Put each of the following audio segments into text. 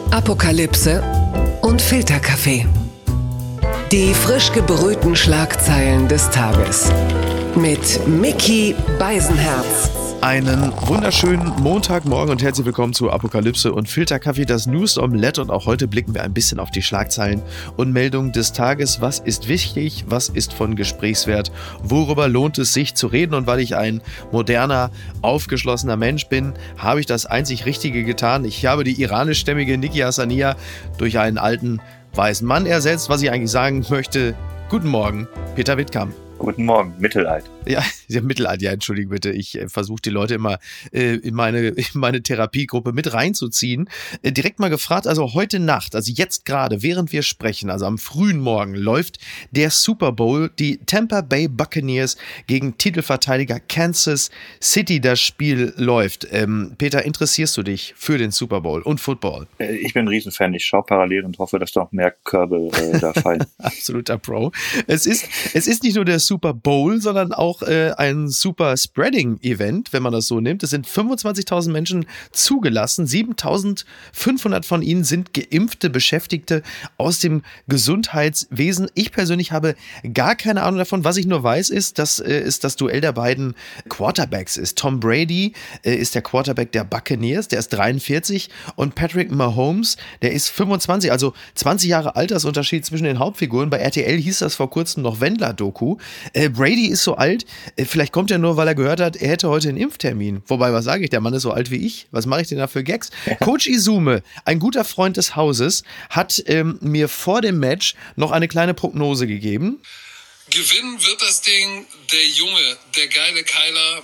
Apokalypse und Filterkaffee. Die frisch gebrühten Schlagzeilen des Tages. Mit Micky Beisenherz. Einen wunderschönen Montagmorgen und herzlich willkommen zu Apokalypse und Filterkaffee, das News Omelette. Und auch heute blicken wir ein bisschen auf die Schlagzeilen und Meldungen des Tages. Was ist wichtig? Was ist von Gesprächswert? Worüber lohnt es sich zu reden? Und weil ich ein moderner, aufgeschlossener Mensch bin, habe ich das einzig Richtige getan. Ich habe die iranischstämmige Niki Hassania durch einen alten, weißen Mann ersetzt. Was ich eigentlich sagen möchte, guten Morgen, Peter Wittkamp. Guten Morgen, Mittelalter. Ja, Mittelalter, ja, entschuldige bitte. Ich versuche die Leute immer in meine Therapiegruppe mit reinzuziehen. Direkt mal gefragt, also heute Nacht, also jetzt gerade, während wir sprechen, also am frühen Morgen, läuft der Super Bowl. Die Tampa Bay Buccaneers gegen Titelverteidiger Kansas City. Das Spiel läuft. Peter, interessierst du dich für den Super Bowl und Football? Ich bin ein Riesenfan. Ich schaue parallel und hoffe, dass noch mehr Körbe da fallen. Absoluter Pro. Es ist nicht nur der Super Bowl, sondern auch ein Super Spreading-Event, wenn man das so nimmt. Es sind 25.000 Menschen zugelassen. 7.500 von ihnen sind geimpfte Beschäftigte aus dem Gesundheitswesen. Ich persönlich habe gar keine Ahnung davon. Was ich nur weiß, ist, dass es das Duell der beiden Quarterbacks ist. Tom Brady ist der Quarterback der Buccaneers, der ist 43, und Patrick Mahomes, der ist 25, also 20 Jahre Altersunterschied zwischen den Hauptfiguren. Bei RTL hieß das vor kurzem noch Wendler-Doku. Brady ist so alt, vielleicht kommt er nur, weil er gehört hat, er hätte heute einen Impftermin. Wobei, was sage ich, der Mann ist so alt wie ich. Was mache ich denn da für Gags? Coach Izume, ein guter Freund des Hauses, hat mir vor dem Match noch eine kleine Prognose gegeben. Gewinnen wird das Ding der Junge, der geile Keiler,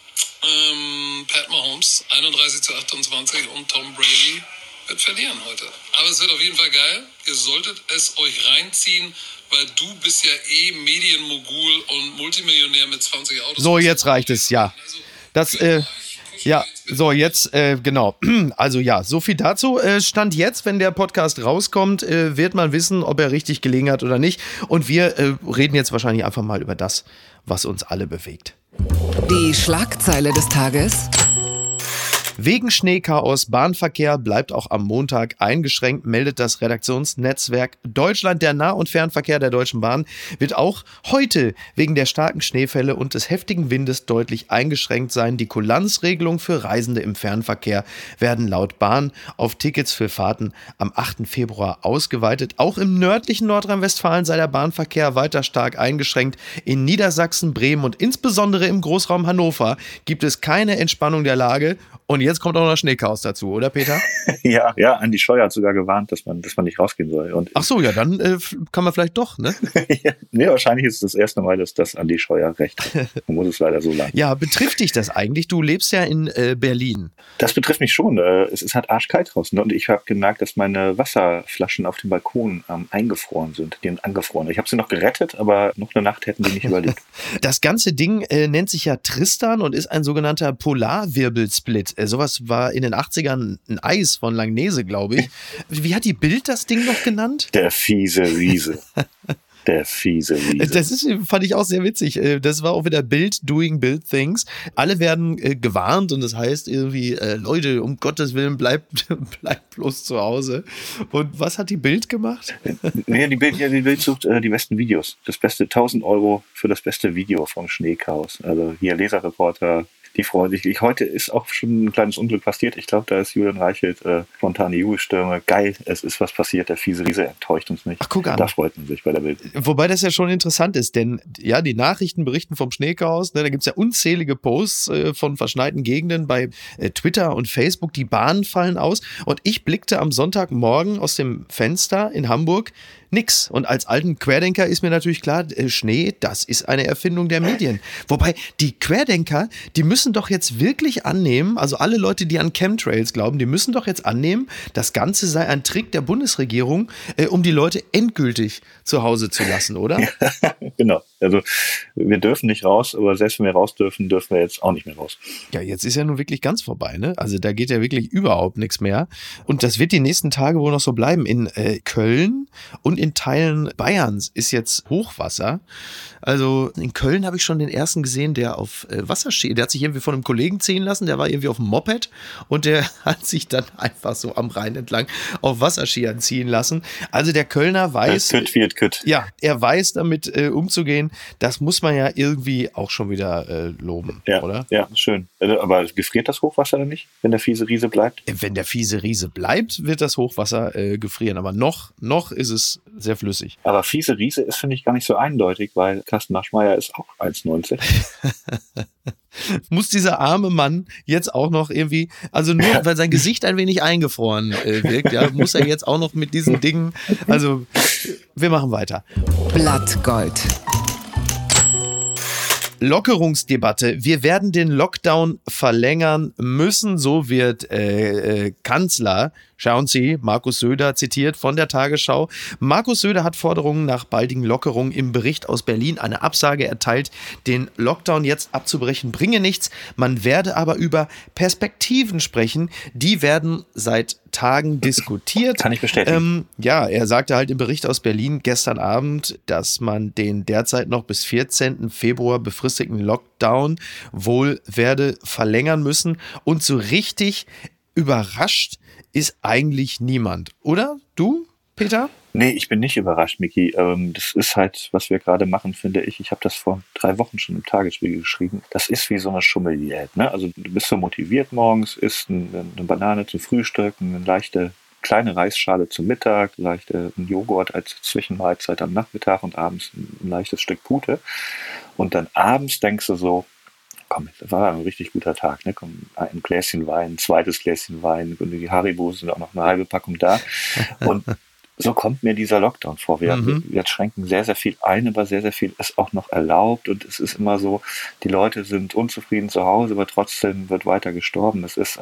Pat Mahomes, 31-28, und Tom Brady wird verlieren heute. Aber es wird auf jeden Fall geil. Ihr solltet es euch reinziehen, weil du bist ja Medienmogul und Multimillionär mit 20 Autos. So, jetzt reicht es, ja. Das, ja, so, jetzt, genau. Also ja, so viel dazu. Stand jetzt, wenn der Podcast rauskommt, wird man wissen, ob er richtig gelegen hat oder nicht. Und wir reden jetzt wahrscheinlich einfach mal über das, was uns alle bewegt. Die Schlagzeile des Tages. Wegen Schneechaos Bahnverkehr bleibt auch am Montag eingeschränkt, meldet das Redaktionsnetzwerk Deutschland. Der Nah- und Fernverkehr der Deutschen Bahn wird auch heute wegen der starken Schneefälle und des heftigen Windes deutlich eingeschränkt sein. Die Kulanzregelungen für Reisende im Fernverkehr werden laut Bahn auf Tickets für Fahrten am 8. Februar ausgeweitet. Auch im nördlichen Nordrhein-Westfalen sei der Bahnverkehr weiter stark eingeschränkt. In Niedersachsen, Bremen und insbesondere im Großraum Hannover gibt es keine Entspannung der Lage. Und jetzt kommt auch noch Schneechaos dazu, oder Peter? Ja, Andi Scheuer hat sogar gewarnt, dass man nicht rausgehen soll. Und ach so, ja, dann kann man vielleicht doch, ne? Nee, wahrscheinlich ist es das erste Mal, dass Andi Scheuer recht hat. Man muss es leider so sagen. Ja, betrifft dich das eigentlich? Du lebst ja in Berlin. Das betrifft mich schon. Es ist halt arschkalt draußen. Und ich habe gemerkt, dass meine Wasserflaschen auf dem Balkon eingefroren sind. Die sind angefroren. Ich habe sie noch gerettet, aber noch eine Nacht hätten die nicht überlebt. Das ganze Ding nennt sich ja Tristan und ist ein sogenannter Polarwirbelsplit. Sowas war in den 80ern ein Eis von Langnese, glaube ich. Wie hat die Bild das Ding noch genannt? Der fiese Riese. Der fiese Riese. Das fand ich auch sehr witzig. Das war auch wieder Bild doing Bild things. Alle werden gewarnt und das heißt irgendwie, Leute, um Gottes Willen, bleibt bloß zu Hause. Und was hat die Bild gemacht? Nee, die Bild sucht die besten Videos. Das beste 1.000 € für das beste Video vom Schneechaos. Also hier Leserreporter. Die freuen sich. Heute ist auch schon ein kleines Unglück passiert. Ich glaube, da ist Julian Reichelt, spontane Jubelstürme. Geil, es ist was passiert. Der fiese Riese enttäuscht uns nicht. Ach, guck an. Da freut man sich bei der Bild. Wobei das ja schon interessant ist, denn ja, die Nachrichten berichten vom Schneechaos. Ne, da gibt es ja unzählige Posts von verschneiten Gegenden bei Twitter und Facebook. Die Bahnen fallen aus. Und ich blickte am Sonntagmorgen aus dem Fenster in Hamburg. Nix. Und als alten Querdenker ist mir natürlich klar, Schnee, das ist eine Erfindung der Medien. Wobei die Querdenker, die müssen doch jetzt wirklich annehmen, also alle Leute, die an Chemtrails glauben, die müssen doch jetzt annehmen, das Ganze sei ein Trick der Bundesregierung, um die Leute endgültig zu Hause zu lassen, oder? Ja, genau. Also wir dürfen nicht raus, aber selbst wenn wir raus dürfen, dürfen wir jetzt auch nicht mehr raus. Ja, jetzt ist ja nun wirklich ganz vorbei, ne? Also da geht ja wirklich überhaupt nichts mehr. Und das wird die nächsten Tage wohl noch so bleiben. In Köln und in Teilen Bayerns ist jetzt Hochwasser. Also in Köln habe ich schon den ersten gesehen, der auf Wasser steht. Der hat sich irgendwie von einem Kollegen ziehen lassen, der war irgendwie auf dem Moped und der hat sich dann einfach so am Rhein entlang auf Wasserskiern ziehen lassen. Also der Kölner weiß, ja, er weiß damit umzugehen. Das muss man ja irgendwie auch schon wieder loben, ja, oder? Ja, schön. Aber gefriert das Hochwasser dann nicht, wenn der fiese Riese bleibt? Wenn der fiese Riese bleibt, wird das Hochwasser gefrieren. Aber noch ist es sehr flüssig. Aber fiese Riese ist, finde ich, gar nicht so eindeutig, weil Carsten Maschmeyer ist auch 1,90. Muss dieser arme Mann jetzt auch noch irgendwie, also nur weil sein Gesicht ein wenig eingefroren wirkt, ja, muss er jetzt auch noch mit diesen Dingen, also wir machen weiter. Blattgold. Lockerungsdebatte. Wir werden den Lockdown verlängern müssen, so wird Kanzler, schauen Sie, Markus Söder zitiert von der Tagesschau. Markus Söder hat Forderungen nach baldigen Lockerungen im Bericht aus Berlin eine Absage erteilt. Den Lockdown jetzt abzubrechen bringe nichts. Man werde aber über Perspektiven sprechen. Die werden seit Tagen diskutiert. Kann ich bestätigen. Ja, er sagte halt im Bericht aus Berlin gestern Abend, dass man den derzeit noch bis 14. Februar befristeten Lockdown wohl werde verlängern müssen. Und so richtig überrascht ist eigentlich niemand. Oder? Du, Peter? Nee, ich bin nicht überrascht, Miki. Das ist halt, was wir gerade machen, finde ich. Ich habe das vor 3 Wochen schon im Tagesspiegel geschrieben. Das ist wie so eine Schummeldiät, ne? Also du bist so motiviert morgens, isst eine Banane zum Frühstück, eine leichte kleine Reisschale zum Mittag, vielleicht einen Joghurt als Zwischenmahlzeit am Nachmittag und abends ein leichtes Stück Pute. Und dann abends denkst du so, komm, das war ein richtig guter Tag, ne? Komm, ein Gläschen Wein, ein zweites Gläschen Wein, und die Haribos sind auch noch eine halbe Packung da. Und so kommt mir dieser Lockdown vor. Wir schränken sehr, sehr viel ein, aber sehr, sehr viel ist auch noch erlaubt. Und es ist immer so, die Leute sind unzufrieden zu Hause, aber trotzdem wird weiter gestorben. Es ist,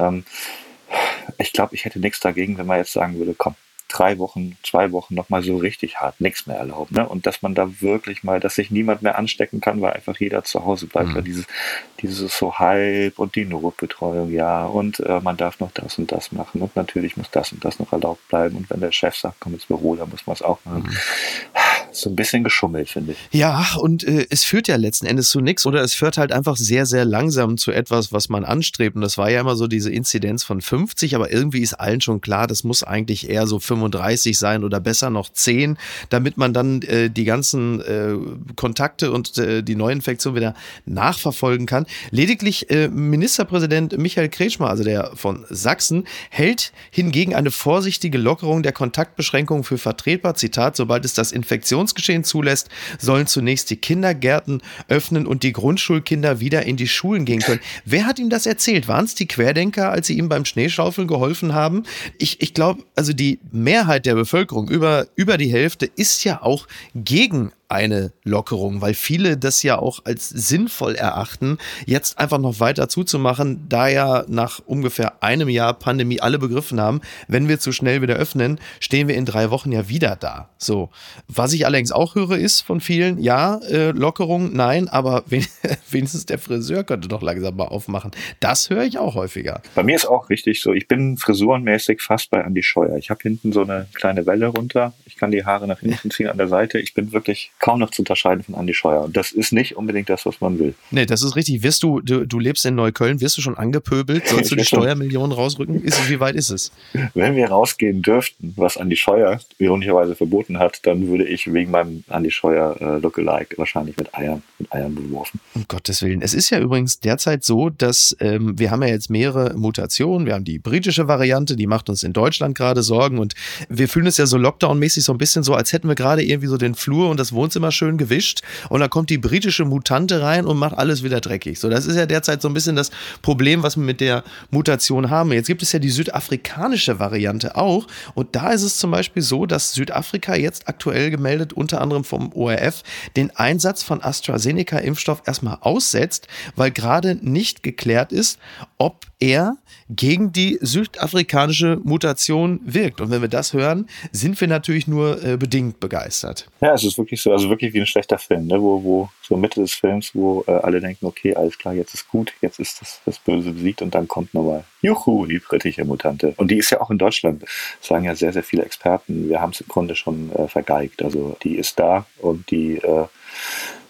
ich glaube, ich hätte nichts dagegen, wenn man jetzt sagen würde, komm, 3 Wochen, 2 Wochen nochmal so richtig hart, nichts mehr erlauben. Ne? Und dass man da wirklich mal, dass sich niemand mehr anstecken kann, weil einfach jeder zu Hause bleibt. Weil dieses so halb und die Notbetreuung, ja, und man darf noch das und das machen. Und natürlich muss das und das noch erlaubt bleiben. Und wenn der Chef sagt, komm ins Büro, dann muss man es auch machen. So ein bisschen geschummelt, finde ich. Ja, und es führt ja letzten Endes zu nichts. Oder es führt halt einfach sehr, sehr langsam zu etwas, was man anstrebt. Und das war ja immer so diese Inzidenz von 50, aber irgendwie ist allen schon klar, das muss eigentlich eher so 35 sein oder besser noch 10, damit man dann die ganzen Kontakte und die Neuinfektion wieder nachverfolgen kann. Lediglich Ministerpräsident Michael Kretschmer, also der von Sachsen, hält hingegen eine vorsichtige Lockerung der Kontaktbeschränkungen für vertretbar. Zitat, sobald es das Infektionsgeschehen zulässt, sollen zunächst die Kindergärten öffnen und die Grundschulkinder wieder in die Schulen gehen können. Wer hat ihm das erzählt? Waren es die Querdenker, als sie ihm beim Schneeschaufeln geholfen haben? Ich glaube, also die Mehrheit der Bevölkerung, über die Hälfte, ist ja auch gegen eine Lockerung, weil viele das ja auch als sinnvoll erachten, jetzt einfach noch weiter zuzumachen, da ja nach ungefähr einem Jahr Pandemie alle begriffen haben, wenn wir zu schnell wieder öffnen, stehen wir in 3 Wochen ja wieder da. So. Was ich allerdings auch höre, ist von vielen, ja, Lockerung, nein, aber wenigstens der Friseur könnte doch langsam mal aufmachen. Das höre ich auch häufiger. Bei mir ist auch richtig so, ich bin frisurenmäßig fast bei Andi Scheuer. Ich habe hinten so eine kleine Welle runter, ich kann die Haare nach hinten ziehen an der Seite, ich bin wirklich kaum noch zu unterscheiden von Andi Scheuer. Und das ist nicht unbedingt das, was man will. Nee, das ist richtig. Du lebst in Neukölln, wirst du schon angepöbelt? Sollst du die Steuermillionen rausrücken? Wie weit ist es? Wenn wir rausgehen dürften, was Andi Scheuer ironischerweise verboten hat, dann würde ich wegen meinem Andi Scheuer Lookalike wahrscheinlich mit Eiern beworfen. Um Gottes Willen. Es ist ja übrigens derzeit so, dass wir haben ja jetzt mehrere Mutationen. Wir haben die britische Variante, die macht uns in Deutschland gerade Sorgen und wir fühlen es ja so Lockdown-mäßig so ein bisschen so, als hätten wir gerade irgendwie so den Flur und das Wohnzimmer schön gewischt und dann kommt die britische Mutante rein und macht alles wieder dreckig. So, das ist ja derzeit so ein bisschen das Problem, was wir mit der Mutation haben. Jetzt gibt es ja die südafrikanische Variante auch und da ist es zum Beispiel so, dass Südafrika jetzt aktuell gemeldet, unter anderem vom ORF, den Einsatz von AstraZeneca-Impfstoff erstmal aussetzt, weil gerade nicht geklärt ist, ob er gegen die südafrikanische Mutation wirkt. Und wenn wir das hören, sind wir natürlich nur bedingt begeistert. Ja, es ist wirklich so, also wirklich wie ein schlechter Film, ne? wo so Mitte des Films, wo alle denken, okay, alles klar, jetzt ist gut, jetzt ist das Böse besiegt und dann kommt nochmal, juhu, die britische Mutante. Und die ist ja auch in Deutschland, sagen ja sehr, sehr viele Experten, wir haben es im Grunde schon vergeigt. Also die ist da und die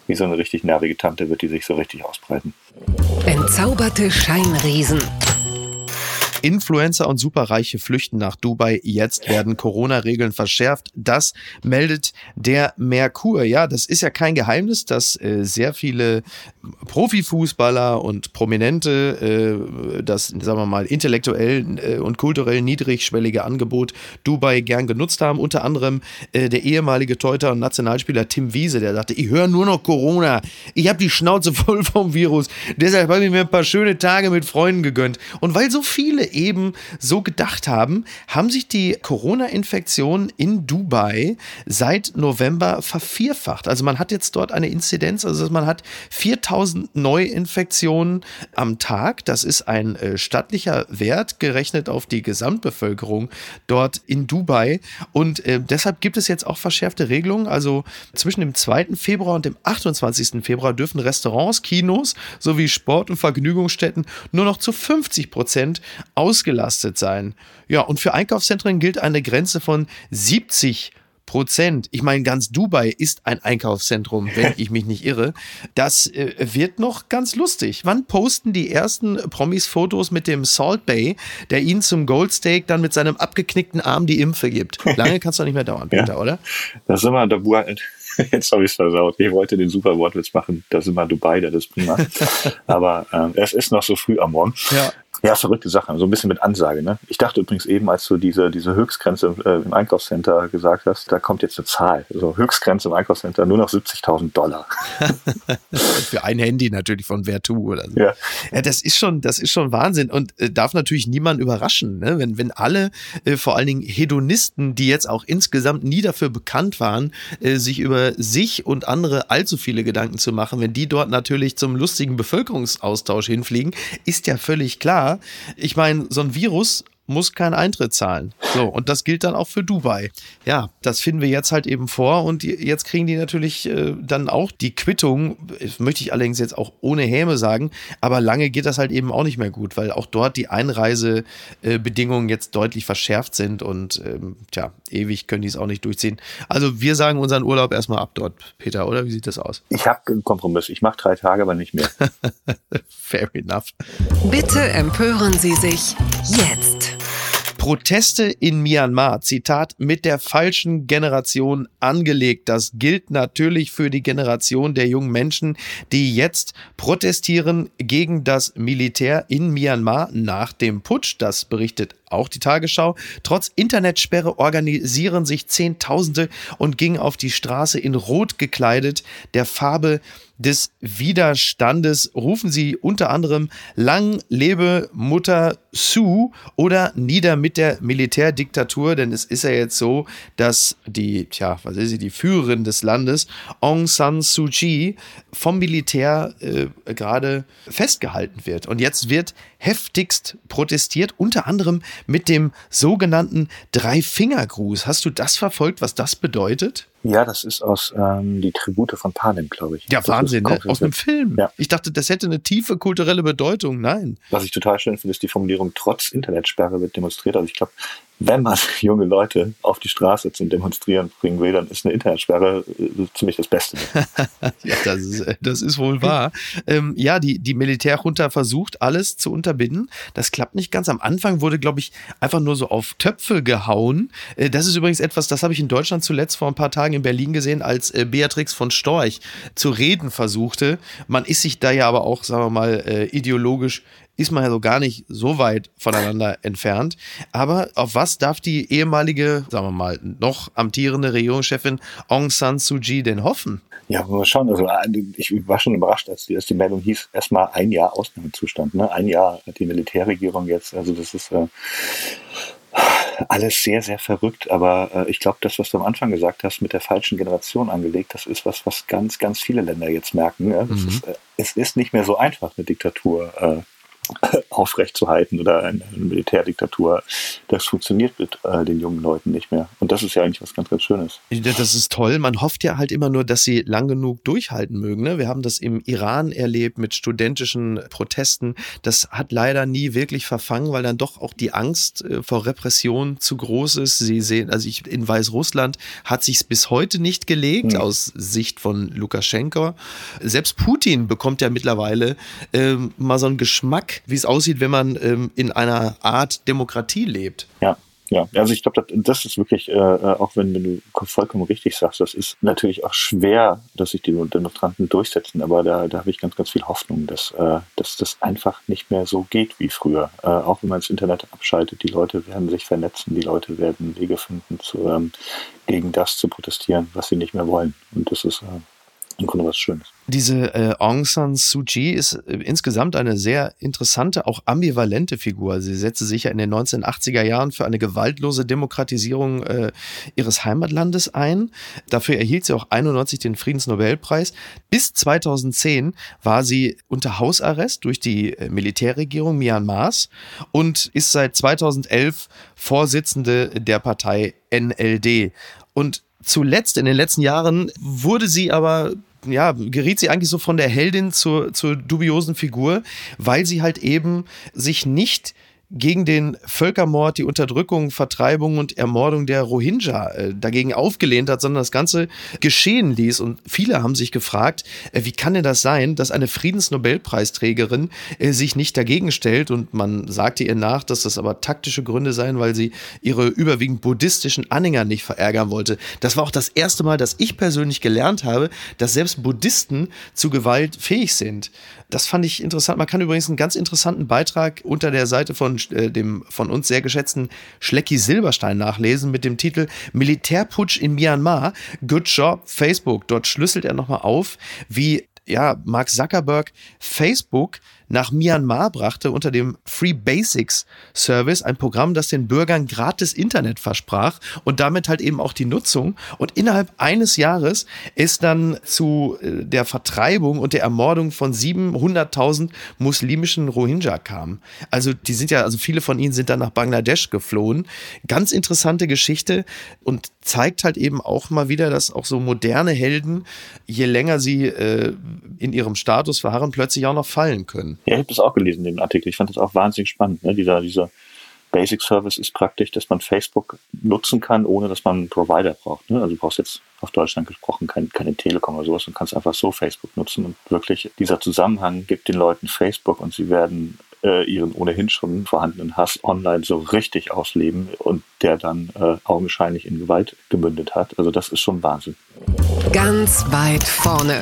wie so eine richtig nervige Tante wird die sich so richtig ausbreiten. Entzauberte Scheinriesen. Influencer und Superreiche flüchten nach Dubai. Jetzt werden Corona-Regeln verschärft. Das meldet der Merkur. Ja, das ist ja kein Geheimnis, dass sehr viele Profifußballer und Prominente das, sagen wir mal, intellektuell und kulturell niedrigschwellige Angebot Dubai gern genutzt haben. Unter anderem der ehemalige Torhüter und Nationalspieler Tim Wiese, der sagte, ich höre nur noch Corona. Ich habe die Schnauze voll vom Virus. Deshalb habe ich mir ein paar schöne Tage mit Freunden gegönnt. Und weil so viele eben so gedacht haben, haben sich die Corona-Infektionen in Dubai seit November vervierfacht. Also man hat jetzt dort eine Inzidenz, also man hat 4000 Neuinfektionen am Tag. Das ist ein stattlicher Wert, gerechnet auf die Gesamtbevölkerung dort in Dubai. Und deshalb gibt es jetzt auch verschärfte Regelungen. Also zwischen dem 2. Februar und dem 28. Februar dürfen Restaurants, Kinos sowie Sport- und Vergnügungsstätten nur noch zu 50% ausgelastet sein. Ja, und für Einkaufszentren gilt eine Grenze von 70%. Ich meine, ganz Dubai ist ein Einkaufszentrum, wenn ich mich nicht irre. Das wird noch ganz lustig. Wann posten die ersten Promis Fotos mit dem Salt Bay, der ihnen zum Goldsteak dann mit seinem abgeknickten Arm die Impfe gibt? Lange kann es doch nicht mehr dauern, Peter, ja, oder? Das sind wir Dubai. Jetzt habe ich es versaut. Ich wollte den super Wortwitz machen. Da sind wir Dubai, das ist prima. Aber es ist noch so früh am Morgen. Ja. Ja, verrückte Sache, so ein bisschen mit Ansage, ne? Ich dachte übrigens eben, als du diese Höchstgrenze im Einkaufscenter gesagt hast, da kommt jetzt eine Zahl. Also Höchstgrenze im Einkaufscenter nur noch $70.000. Für ein Handy natürlich von Vertu oder so. Ja. Ja, das ist schon Wahnsinn und darf natürlich niemanden überraschen, ne? Wenn alle, vor allen Dingen Hedonisten, die jetzt auch insgesamt nie dafür bekannt waren, sich über sich und andere allzu viele Gedanken zu machen, wenn die dort natürlich zum lustigen Bevölkerungsaustausch hinfliegen, ist ja völlig klar. Ich meine, so ein Virus muss keinen Eintritt zahlen. So, und das gilt dann auch für Dubai. Ja, das finden wir jetzt halt eben vor und jetzt kriegen die natürlich dann auch die Quittung, das möchte ich allerdings jetzt auch ohne Häme sagen, aber lange geht das halt eben auch nicht mehr gut, weil auch dort die Einreisebedingungen jetzt deutlich verschärft sind und ewig können die es auch nicht durchziehen. Also wir sagen unseren Urlaub erstmal ab dort, Peter, oder? Wie sieht das aus? Ich habe einen Kompromiss. Ich mache 3 Tage, aber nicht mehr. Fair enough. Bitte empören Sie sich jetzt. Proteste in Myanmar, Zitat, mit der falschen Generation angelegt. Das gilt natürlich für die Generation der jungen Menschen, die jetzt protestieren gegen das Militär in Myanmar nach dem Putsch. Das berichtet auch die Tagesschau. Trotz Internetsperre organisieren sich Zehntausende und gingen auf die Straße in Rot gekleidet, der Farbe des Widerstandes. Rufen sie unter anderem Lang lebe Mutter Suu oder nieder mit der Militärdiktatur, denn es ist ja jetzt so, dass die Führerin des Landes, Aung San Suu Kyi, vom Militär gerade festgehalten wird. Und jetzt wird heftigst protestiert, unter anderem mit dem sogenannten Drei-Finger-Gruß. Hast du das verfolgt, was das bedeutet? Ja, das ist aus die Tribute von Panem, glaube ich. Ja, das Wahnsinn, ne? Aus einem Film. Ja. Ich dachte, das hätte eine tiefe kulturelle Bedeutung. Nein. Was ich total schön finde, ist die Formulierung, trotz Internetsperre wird demonstriert. Also ich glaube, wenn man junge Leute auf die Straße zum Demonstrieren bringen will, dann ist eine Internetsperre ziemlich das Beste. Ja, das ist wohl wahr. Die Militärjunta versucht, alles zu unterbinden. Das klappt nicht ganz. Am Anfang wurde, glaube ich, einfach nur so auf Töpfe gehauen. Das ist übrigens etwas, das habe ich in Deutschland zuletzt vor ein paar Tagen in Berlin gesehen, als Beatrix von Storch zu reden versuchte. Man ist sich da ja aber auch, sagen wir mal, ideologisch ist man ja so gar nicht so weit voneinander entfernt. Aber auf was darf die ehemalige, sagen wir mal, noch amtierende Regierungschefin Aung San Suu Kyi denn hoffen? Ja, mal schauen. Also ich war schon überrascht, als die Meldung hieß, erstmal 1 Jahr Ausnahmezustand. Ne? 1 Jahr hat die Militärregierung jetzt. Also das ist alles sehr, sehr verrückt. Aber ich glaube, das, was du am Anfang gesagt hast, mit der falschen Generation angelegt, das ist was ganz, ganz viele Länder jetzt merken. Ja? Es ist nicht mehr so einfach, eine Diktatur aufrechtzuerhalten oder eine Militärdiktatur. Das funktioniert mit den jungen Leuten nicht mehr. Und das ist ja eigentlich was ganz, ganz Schönes. Das ist toll. Man hofft ja halt immer nur, dass sie lang genug durchhalten mögen. Ne? Wir haben das im Iran erlebt mit studentischen Protesten. Das hat leider nie wirklich verfangen, weil dann doch auch die Angst vor Repression zu groß ist. Sie sehen, also in Weißrussland hat sich's bis heute nicht gelegt, aus Sicht von Lukaschenko. Selbst Putin bekommt ja mittlerweile mal so einen Geschmack, wie es aussieht, wenn man in einer Art Demokratie lebt. Ja, also ich glaube, das ist wirklich, auch wenn du vollkommen richtig sagst, das ist natürlich auch schwer, dass sich die Demonstranten durchsetzen, aber da habe ich ganz, ganz viel Hoffnung, dass das einfach nicht mehr so geht wie früher. Auch wenn man das Internet abschaltet, die Leute werden sich vernetzen, die Leute werden Wege finden, gegen das zu protestieren, was sie nicht mehr wollen. Und das ist im Grunde was Schönes. Diese Aung San Suu Kyi ist insgesamt eine sehr interessante, auch ambivalente Figur. Sie setzte sich ja in den 1980er Jahren für eine gewaltlose Demokratisierung ihres Heimatlandes ein. Dafür erhielt sie auch 91 den Friedensnobelpreis. Bis 2010 war sie unter Hausarrest durch die Militärregierung Myanmars und ist seit 2011 Vorsitzende der Partei NLD. Und zuletzt, in den letzten Jahren, geriet sie eigentlich so von der Heldin zur dubiosen Figur, weil sie halt eben sich nicht gegen den Völkermord, die Unterdrückung, Vertreibung und Ermordung der Rohingya dagegen aufgelehnt hat, sondern das Ganze geschehen ließ. Und viele haben sich gefragt, wie kann denn das sein, dass eine Friedensnobelpreisträgerin sich nicht dagegen stellt? Und man sagte ihr nach, dass das aber taktische Gründe seien, weil sie ihre überwiegend buddhistischen Anhänger nicht verärgern wollte. Das war auch das erste Mal, dass ich persönlich gelernt habe, dass selbst Buddhisten zu Gewalt fähig sind. Das fand ich interessant. Man kann übrigens einen ganz interessanten Beitrag unter der Seite von dem von uns sehr geschätzten Schlecki Silberstein nachlesen mit dem Titel Militärputsch in Myanmar. Good job, Facebook. Dort schlüsselt er nochmal auf, wie Mark Zuckerberg Facebook nach Myanmar brachte unter dem Free Basics Service, ein Programm, das den Bürgern gratis Internet versprach und damit halt eben auch die Nutzung. Und innerhalb eines Jahres ist dann zu der Vertreibung und der Ermordung von 700.000 muslimischen Rohingya kam. Also viele von ihnen sind dann nach Bangladesch geflohen. Ganz interessante Geschichte und zeigt halt eben auch mal wieder, dass auch so moderne Helden, je länger sie in ihrem Status verharren, plötzlich auch noch fallen können. Ja, ich habe das auch gelesen, den Artikel. Ich fand das auch wahnsinnig spannend. Ne? Dieser Basic Service ist praktisch, dass man Facebook nutzen kann, ohne dass man einen Provider braucht. Ne? Also du brauchst jetzt auf Deutschland gesprochen keine Telekom oder sowas und kannst einfach so Facebook nutzen. Und wirklich dieser Zusammenhang gibt den Leuten Facebook und sie werden ihren ohnehin schon vorhandenen Hass online so richtig ausleben und der dann augenscheinlich in Gewalt gemündet hat. Also das ist schon Wahnsinn. Ganz weit vorne.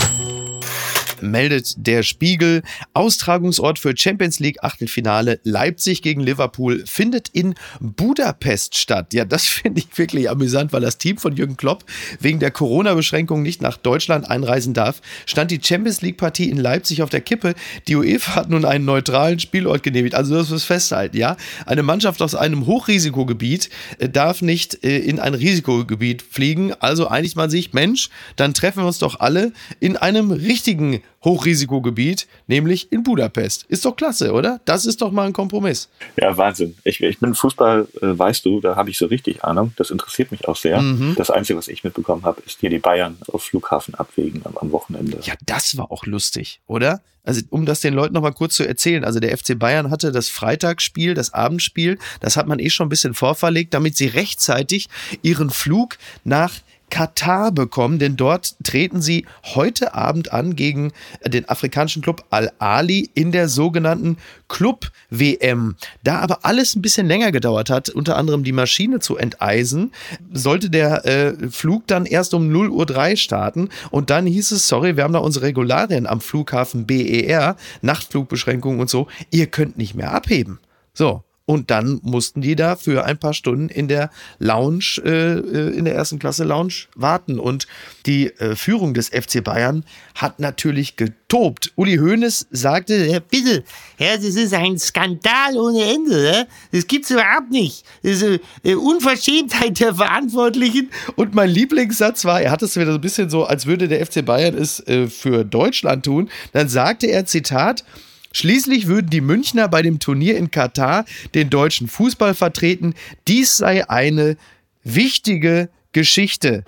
Meldet der Spiegel. Austragungsort für Champions League Achtelfinale Leipzig gegen Liverpool findet in Budapest statt. Ja, das finde ich wirklich amüsant, weil das Team von Jürgen Klopp wegen der Corona-Beschränkungen nicht nach Deutschland einreisen darf. Stand die Champions League-Partie in Leipzig auf der Kippe. Die UEFA hat nun einen neutralen Spielort genehmigt. Also das muss festhalten, ja. Eine Mannschaft aus einem Hochrisikogebiet darf nicht in ein Risikogebiet fliegen. Also einigt man sich, Mensch, dann treffen wir uns doch alle in einem richtigen Hochrisikogebiet, nämlich in Budapest. Ist doch klasse, oder? Das ist doch mal ein Kompromiss. Ja, Wahnsinn. Ich bin Fußball, weißt du, da habe ich so richtig Ahnung. Das interessiert mich auch sehr. Das Einzige, was ich mitbekommen habe, ist hier die Bayern auf Flughafen abwägen am Wochenende. Ja, das war auch lustig, oder? Also um das den Leuten noch mal kurz zu erzählen, also der FC Bayern hatte das Freitagsspiel, das Abendspiel, das hat man schon ein bisschen vorverlegt, damit sie rechtzeitig ihren Flug nach Katar bekommen, denn dort treten sie heute Abend an gegen den afrikanischen Club Al-Ahli in der sogenannten Club-WM. Da aber alles ein bisschen länger gedauert hat, unter anderem die Maschine zu enteisen, sollte der Flug dann erst um 0:03 Uhr starten und dann hieß es, sorry, wir haben da unsere Regularien am Flughafen BER, Nachtflugbeschränkungen und so, ihr könnt nicht mehr abheben. So. Und dann mussten die da für ein paar Stunden in der Lounge, in der ersten Klasse Lounge warten. Und die Führung des FC Bayern hat natürlich getobt. Uli Hoeneß sagte, bitte, ja, das ist ein Skandal ohne Ende. Ja? Das gibt's überhaupt nicht. Das ist eine Unverschämtheit der Verantwortlichen. Und mein Lieblingssatz war, er hat es wieder so ein bisschen so, als würde der FC Bayern es für Deutschland tun. Dann sagte er, Zitat, Schließlich würden die Münchner bei dem Turnier in Katar den deutschen Fußball vertreten. Dies sei eine wichtige Geschichte.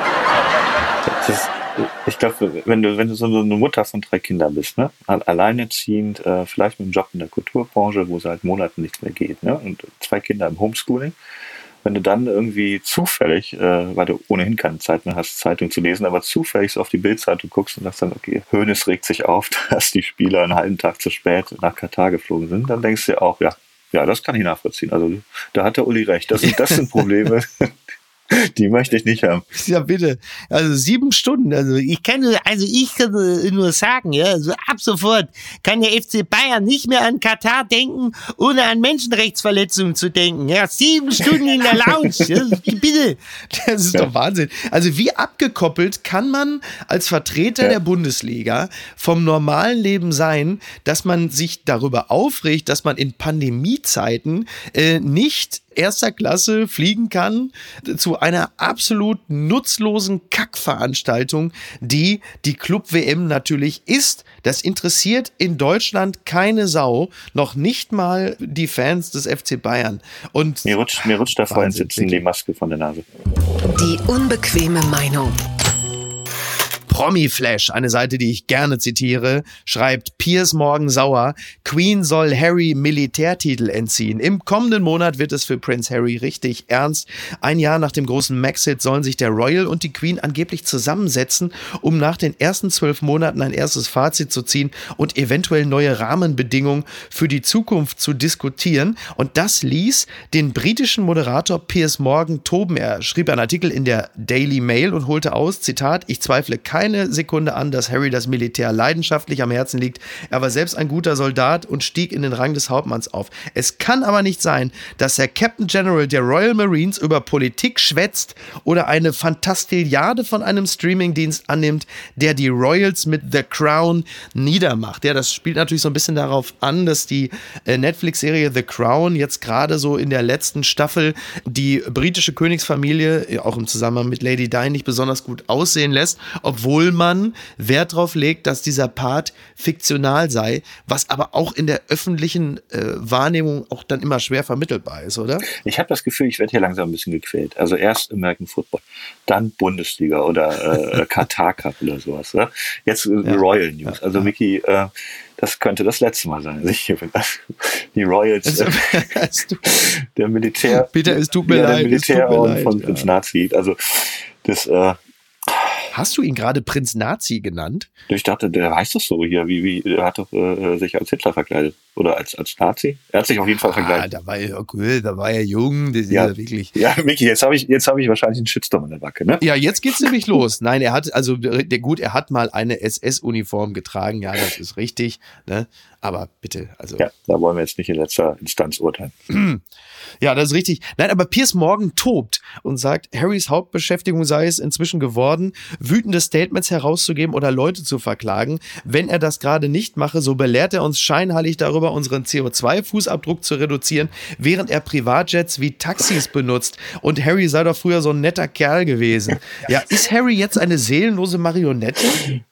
Ich glaube, wenn du so eine Mutter von 3 Kindern bist, ne? Alleinerziehend, vielleicht mit einem Job in der Kulturbranche, wo seit Monaten nichts mehr geht, ne? Und 2 Kinder im Homeschooling, wenn du dann irgendwie zufällig, weil du ohnehin keine Zeit mehr hast, Zeitung zu lesen, aber zufällig so auf die Bildzeitung guckst und sagst dann, okay, Hoeneß regt sich auf, dass die Spieler einen halben Tag zu spät nach Katar geflogen sind, dann denkst du dir auch, ja, das kann ich nachvollziehen. Also da hat der Uli recht. Das sind Probleme, die möchte ich nicht haben. Ja, bitte. Also 7 Stunden. Also ich kann nur sagen, ja, also ab sofort kann der FC Bayern nicht mehr an Katar denken, ohne an Menschenrechtsverletzungen zu denken. Ja, 7 Stunden in der Lounge. Ja, bitte. Das ist doch Wahnsinn. Also wie abgekoppelt kann man als Vertreter der Bundesliga vom normalen Leben sein, dass man sich darüber aufregt, dass man in Pandemiezeiten nicht erster Klasse fliegen kann zu einer absolut nutzlosen Kackveranstaltung, die Club-WM natürlich ist. Das interessiert in Deutschland keine Sau, noch nicht mal die Fans des FC Bayern. Und mir rutscht da vorhin sitzen die Maske von der Nase. Die unbequeme Meinung. Promi-Flash, eine Seite, die ich gerne zitiere, schreibt Piers Morgan sauer, Queen soll Harry Militärtitel entziehen. Im kommenden Monat wird es für Prince Harry richtig ernst. Ein Jahr nach dem großen Maxit sollen sich der Royal und die Queen angeblich zusammensetzen, um nach den ersten 12 Monaten ein erstes Fazit zu ziehen und eventuell neue Rahmenbedingungen für die Zukunft zu diskutieren. Und das ließ den britischen Moderator Piers Morgan toben. Er schrieb einen Artikel in der Daily Mail und holte aus, Zitat, ich zweifle keine Sekunde an, dass Harry das Militär leidenschaftlich am Herzen liegt. Er war selbst ein guter Soldat und stieg in den Rang des Hauptmanns auf. Es kann aber nicht sein, dass der Captain General der Royal Marines über Politik schwätzt oder eine Fantastilliarde von einem Streamingdienst annimmt, der die Royals mit The Crown niedermacht. Ja, das spielt natürlich so ein bisschen darauf an, dass die Netflix-Serie The Crown jetzt gerade so in der letzten Staffel die britische Königsfamilie, auch im Zusammenhang mit Lady Di, nicht besonders gut aussehen lässt, obwohl man Wert darauf legt, dass dieser Part fiktional sei, was aber auch in der öffentlichen Wahrnehmung auch dann immer schwer vermittelbar ist, oder? Ich habe das Gefühl, ich werde hier langsam ein bisschen gequält. Also erst American Football, dann Bundesliga oder Katar Cup oder sowas. Ne? Jetzt Royal News. Also Micky, das könnte das letzte Mal sein. Die Royals, der Militär, Peter, es tut mir leid, der Militärorden von Prinz Nazi. Also das Hast du ihn gerade Prinz Nazi genannt? Ich dachte, der heißt das so hier, der hat doch sich als Hitler verkleidet. Oder als Nazi? Er hat sich auf jeden Fall verkleidet. Da war er cool, da war er jung, das ist ja wirklich. Ja, Micky, jetzt hab ich wahrscheinlich einen Shitstorm in der Backe, ne? Ja, jetzt geht's nämlich los. Nein, er hat mal eine SS-Uniform getragen, ja, das ist richtig, ne? Aber bitte, also. Ja, da wollen wir jetzt nicht in letzter Instanz urteilen. Ja, das ist richtig. Nein, aber Piers Morgan tobt und sagt, Harrys Hauptbeschäftigung sei es inzwischen geworden, wütende Statements herauszugeben oder Leute zu verklagen. Wenn er das gerade nicht mache, so belehrt er uns scheinheilig darüber, unseren CO2-Fußabdruck zu reduzieren, während er Privatjets wie Taxis benutzt. Und Harry sei doch früher so ein netter Kerl gewesen. Ja, ist Harry jetzt eine seelenlose Marionette?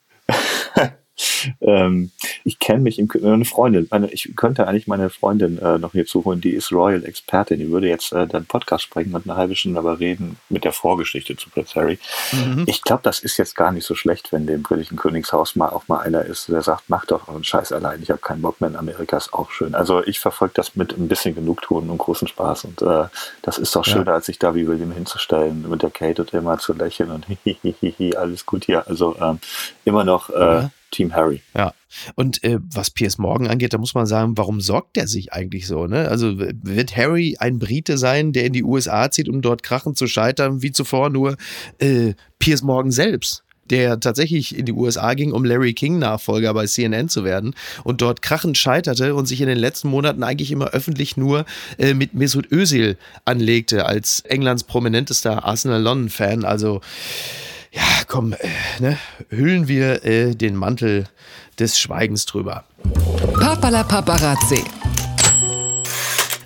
Ich kenne mich, eine Freundin, ich könnte eigentlich meine Freundin noch hier zuholen, die ist Royal-Expertin, die würde jetzt dann Podcast sprechen und eine halbe Stunde darüber reden mit der Vorgeschichte zu Prince Harry. Ich glaube, das ist jetzt gar nicht so schlecht, wenn dem britischen Königshaus auch mal einer ist, der sagt, mach doch einen Scheiß allein, ich habe keinen Bock mehr in Amerika, ist auch schön. Also ich verfolge das mit ein bisschen Genugtuung und großen Spaß und das ist doch schöner, als sich da wie William hinzustellen mit der Kate und immer zu lächeln und hihihihi, alles gut hier. Also immer noch Team Harry. Ja, und was Piers Morgan angeht, da muss man sagen, warum sorgt der sich eigentlich so? Ne? Also wird Harry ein Brite sein, der in die USA zieht, um dort krachend zu scheitern, wie zuvor nur Piers Morgan selbst, der tatsächlich in die USA ging, um Larry King-Nachfolger bei CNN zu werden und dort krachend scheiterte und sich in den letzten Monaten eigentlich immer öffentlich nur mit Mesut Özil anlegte, als Englands prominentester Arsenal-London-Fan. Also ja, komm, hüllen wir den Mantel des Schweigens drüber. Papala Paparazzi.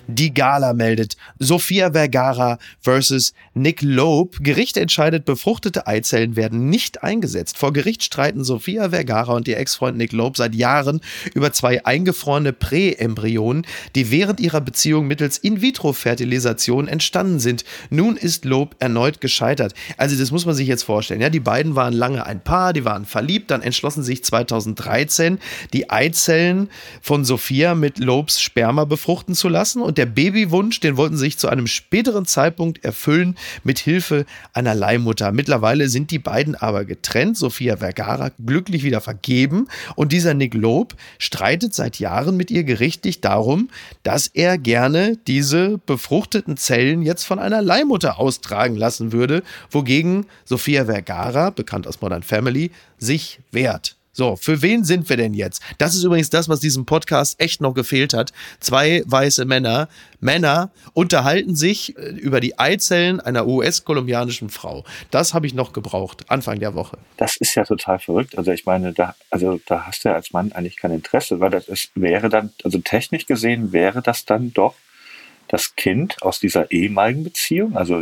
Die Gala meldet Sofia Vergara versus Nick Loeb. Gericht entscheidet, befruchtete Eizellen werden nicht eingesetzt. Vor Gericht streiten Sofia Vergara und ihr Ex-Freund Nick Loeb seit Jahren über 2 eingefrorene Präembryonen, die während ihrer Beziehung mittels In-vitro-Fertilisation entstanden sind. Nun ist Loeb erneut gescheitert. Also das muss man sich jetzt vorstellen. Ja, die beiden waren lange ein Paar, die waren verliebt, dann entschlossen sich 2013, die Eizellen von Sofia mit Loebs Sperma befruchten zu lassen und der Babywunsch, den wollten sie sich zu einem späteren Zeitpunkt erfüllen mit Hilfe einer Leihmutter. Mittlerweile sind die beiden aber getrennt, Sofia Vergara glücklich wieder vergeben und dieser Nick Loeb streitet seit Jahren mit ihr gerichtlich darum, dass er gerne diese befruchteten Zellen jetzt von einer Leihmutter austragen lassen würde, wogegen Sofia Vergara, bekannt aus Modern Family, sich wehrt. So, für wen sind wir denn jetzt? Das ist übrigens das, was diesem Podcast echt noch gefehlt hat. 2 weiße Männer unterhalten sich über die Eizellen einer US-kolumbianischen Frau. Das habe ich noch gebraucht, Anfang der Woche. Das ist ja total verrückt. Also ich meine, da hast du ja als Mann eigentlich kein Interesse, weil wäre dann, also technisch gesehen wäre das dann doch das Kind aus dieser ehemaligen Beziehung, also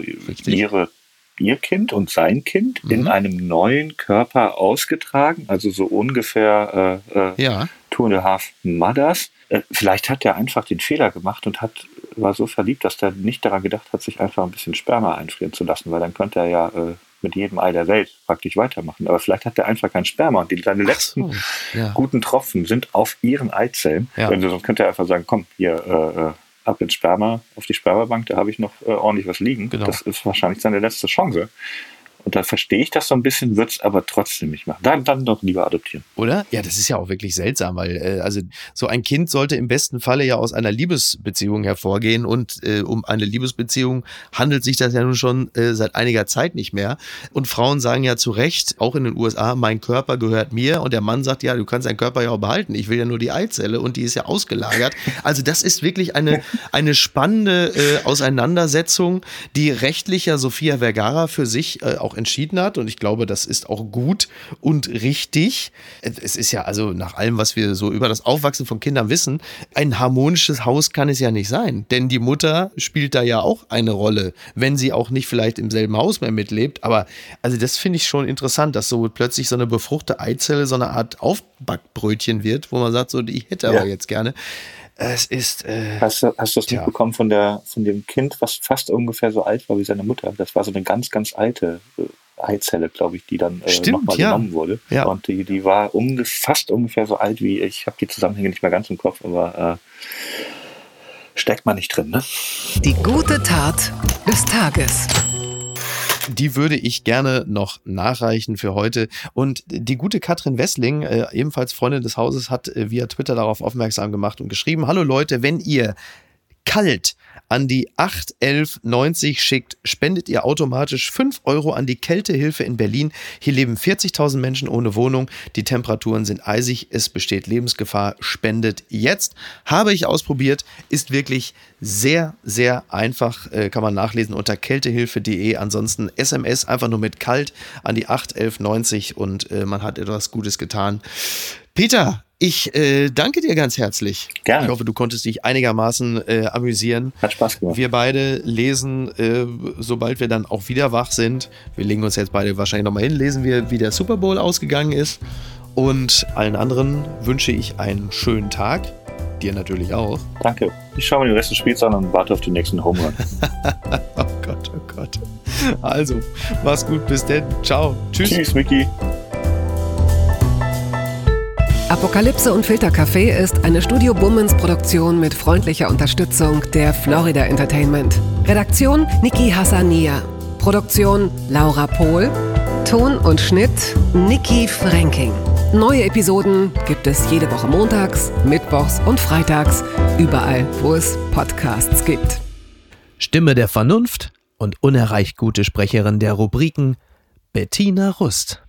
ihr Kind und sein Kind in einem neuen Körper ausgetragen, also so ungefähr 2.5 Mothers. Vielleicht hat er einfach den Fehler gemacht und war so verliebt, dass er nicht daran gedacht hat, sich einfach ein bisschen Sperma einfrieren zu lassen, weil dann könnte er ja mit jedem Ei der Welt praktisch weitermachen. Aber vielleicht hat er einfach kein Sperma und seine letzten guten Tropfen sind auf ihren Eizellen. Ja. Sonst könnte er einfach sagen, komm, hier ab ins Sperma, auf die Spermabank, da habe ich noch ordentlich was liegen. Genau. Das ist wahrscheinlich seine letzte Chance. Und da verstehe ich das so ein bisschen, würde es aber trotzdem nicht machen. Dann doch lieber adoptieren. Oder? Ja, das ist ja auch wirklich seltsam, weil also so ein Kind sollte im besten Falle ja aus einer Liebesbeziehung hervorgehen und um eine Liebesbeziehung handelt sich das ja nun schon seit einiger Zeit nicht mehr. Und Frauen sagen ja zu Recht, auch in den USA, mein Körper gehört mir und der Mann sagt, ja, du kannst deinen Körper ja auch behalten, ich will ja nur die Eizelle und die ist ja ausgelagert. Also das ist wirklich eine spannende Auseinandersetzung, die rechtlich ja Sofia Vergara für sich auch entschieden hat und ich glaube, das ist auch gut und richtig. Es ist ja also nach allem, was wir so über das Aufwachsen von Kindern wissen, ein harmonisches Haus kann es ja nicht sein, denn die Mutter spielt da ja auch eine Rolle, wenn sie auch nicht vielleicht im selben Haus mehr mitlebt, aber also das finde ich schon interessant, dass so plötzlich so eine befruchtete Eizelle so eine Art Aufbackbrötchen wird, wo man sagt, so ich hätte aber jetzt gerne. Es ist. Hast du das mitbekommen von dem Kind, was fast ungefähr so alt war wie seine Mutter? Das war so eine ganz, ganz alte Eizelle, glaube ich, die dann nochmal genommen wurde. Ja. Und die war fast ungefähr so alt wie, ich habe die Zusammenhänge nicht mehr ganz im Kopf, aber steckt man nicht drin, ne? Die gute Tat des Tages. Die würde ich gerne noch nachreichen für heute. Und die gute Katrin Wessling, ebenfalls Freundin des Hauses, hat via Twitter darauf aufmerksam gemacht und geschrieben, hallo Leute, wenn ihr kalt an die 81190 schickt, spendet ihr automatisch 5 € an die Kältehilfe in Berlin. Hier leben 40.000 Menschen ohne Wohnung. Die Temperaturen sind eisig. Es besteht Lebensgefahr. Spendet jetzt. Habe ich ausprobiert. Ist wirklich sehr, sehr einfach. Kann man nachlesen unter kältehilfe.de. Ansonsten SMS einfach nur mit kalt an die 81190 und man hat etwas Gutes getan. Peter, ich danke dir ganz herzlich. Gerne. Ich hoffe, du konntest dich einigermaßen amüsieren. Hat Spaß gemacht. Wir beide lesen, sobald wir dann auch wieder wach sind. Wir legen uns jetzt beide wahrscheinlich nochmal hin, lesen wir, wie der Super Bowl ausgegangen ist. Und allen anderen wünsche ich einen schönen Tag. Dir natürlich auch. Danke. Ich schaue mir den Rest des Spiels an und warte auf den nächsten Home Run. Oh Gott, oh Gott. Also, mach's gut. Bis denn. Ciao. Tschüss. Tschüss, Micky. Apokalypse und Filtercafé ist eine Studio Bummens Produktion mit freundlicher Unterstützung der Florida Entertainment. Redaktion Niki Hassania. Produktion Laura Pohl. Ton und Schnitt Niki Fränking. Neue Episoden gibt es jede Woche montags, mittwochs und freitags, überall, wo es Podcasts gibt. Stimme der Vernunft und unerreicht gute Sprecherin der Rubriken Bettina Rust.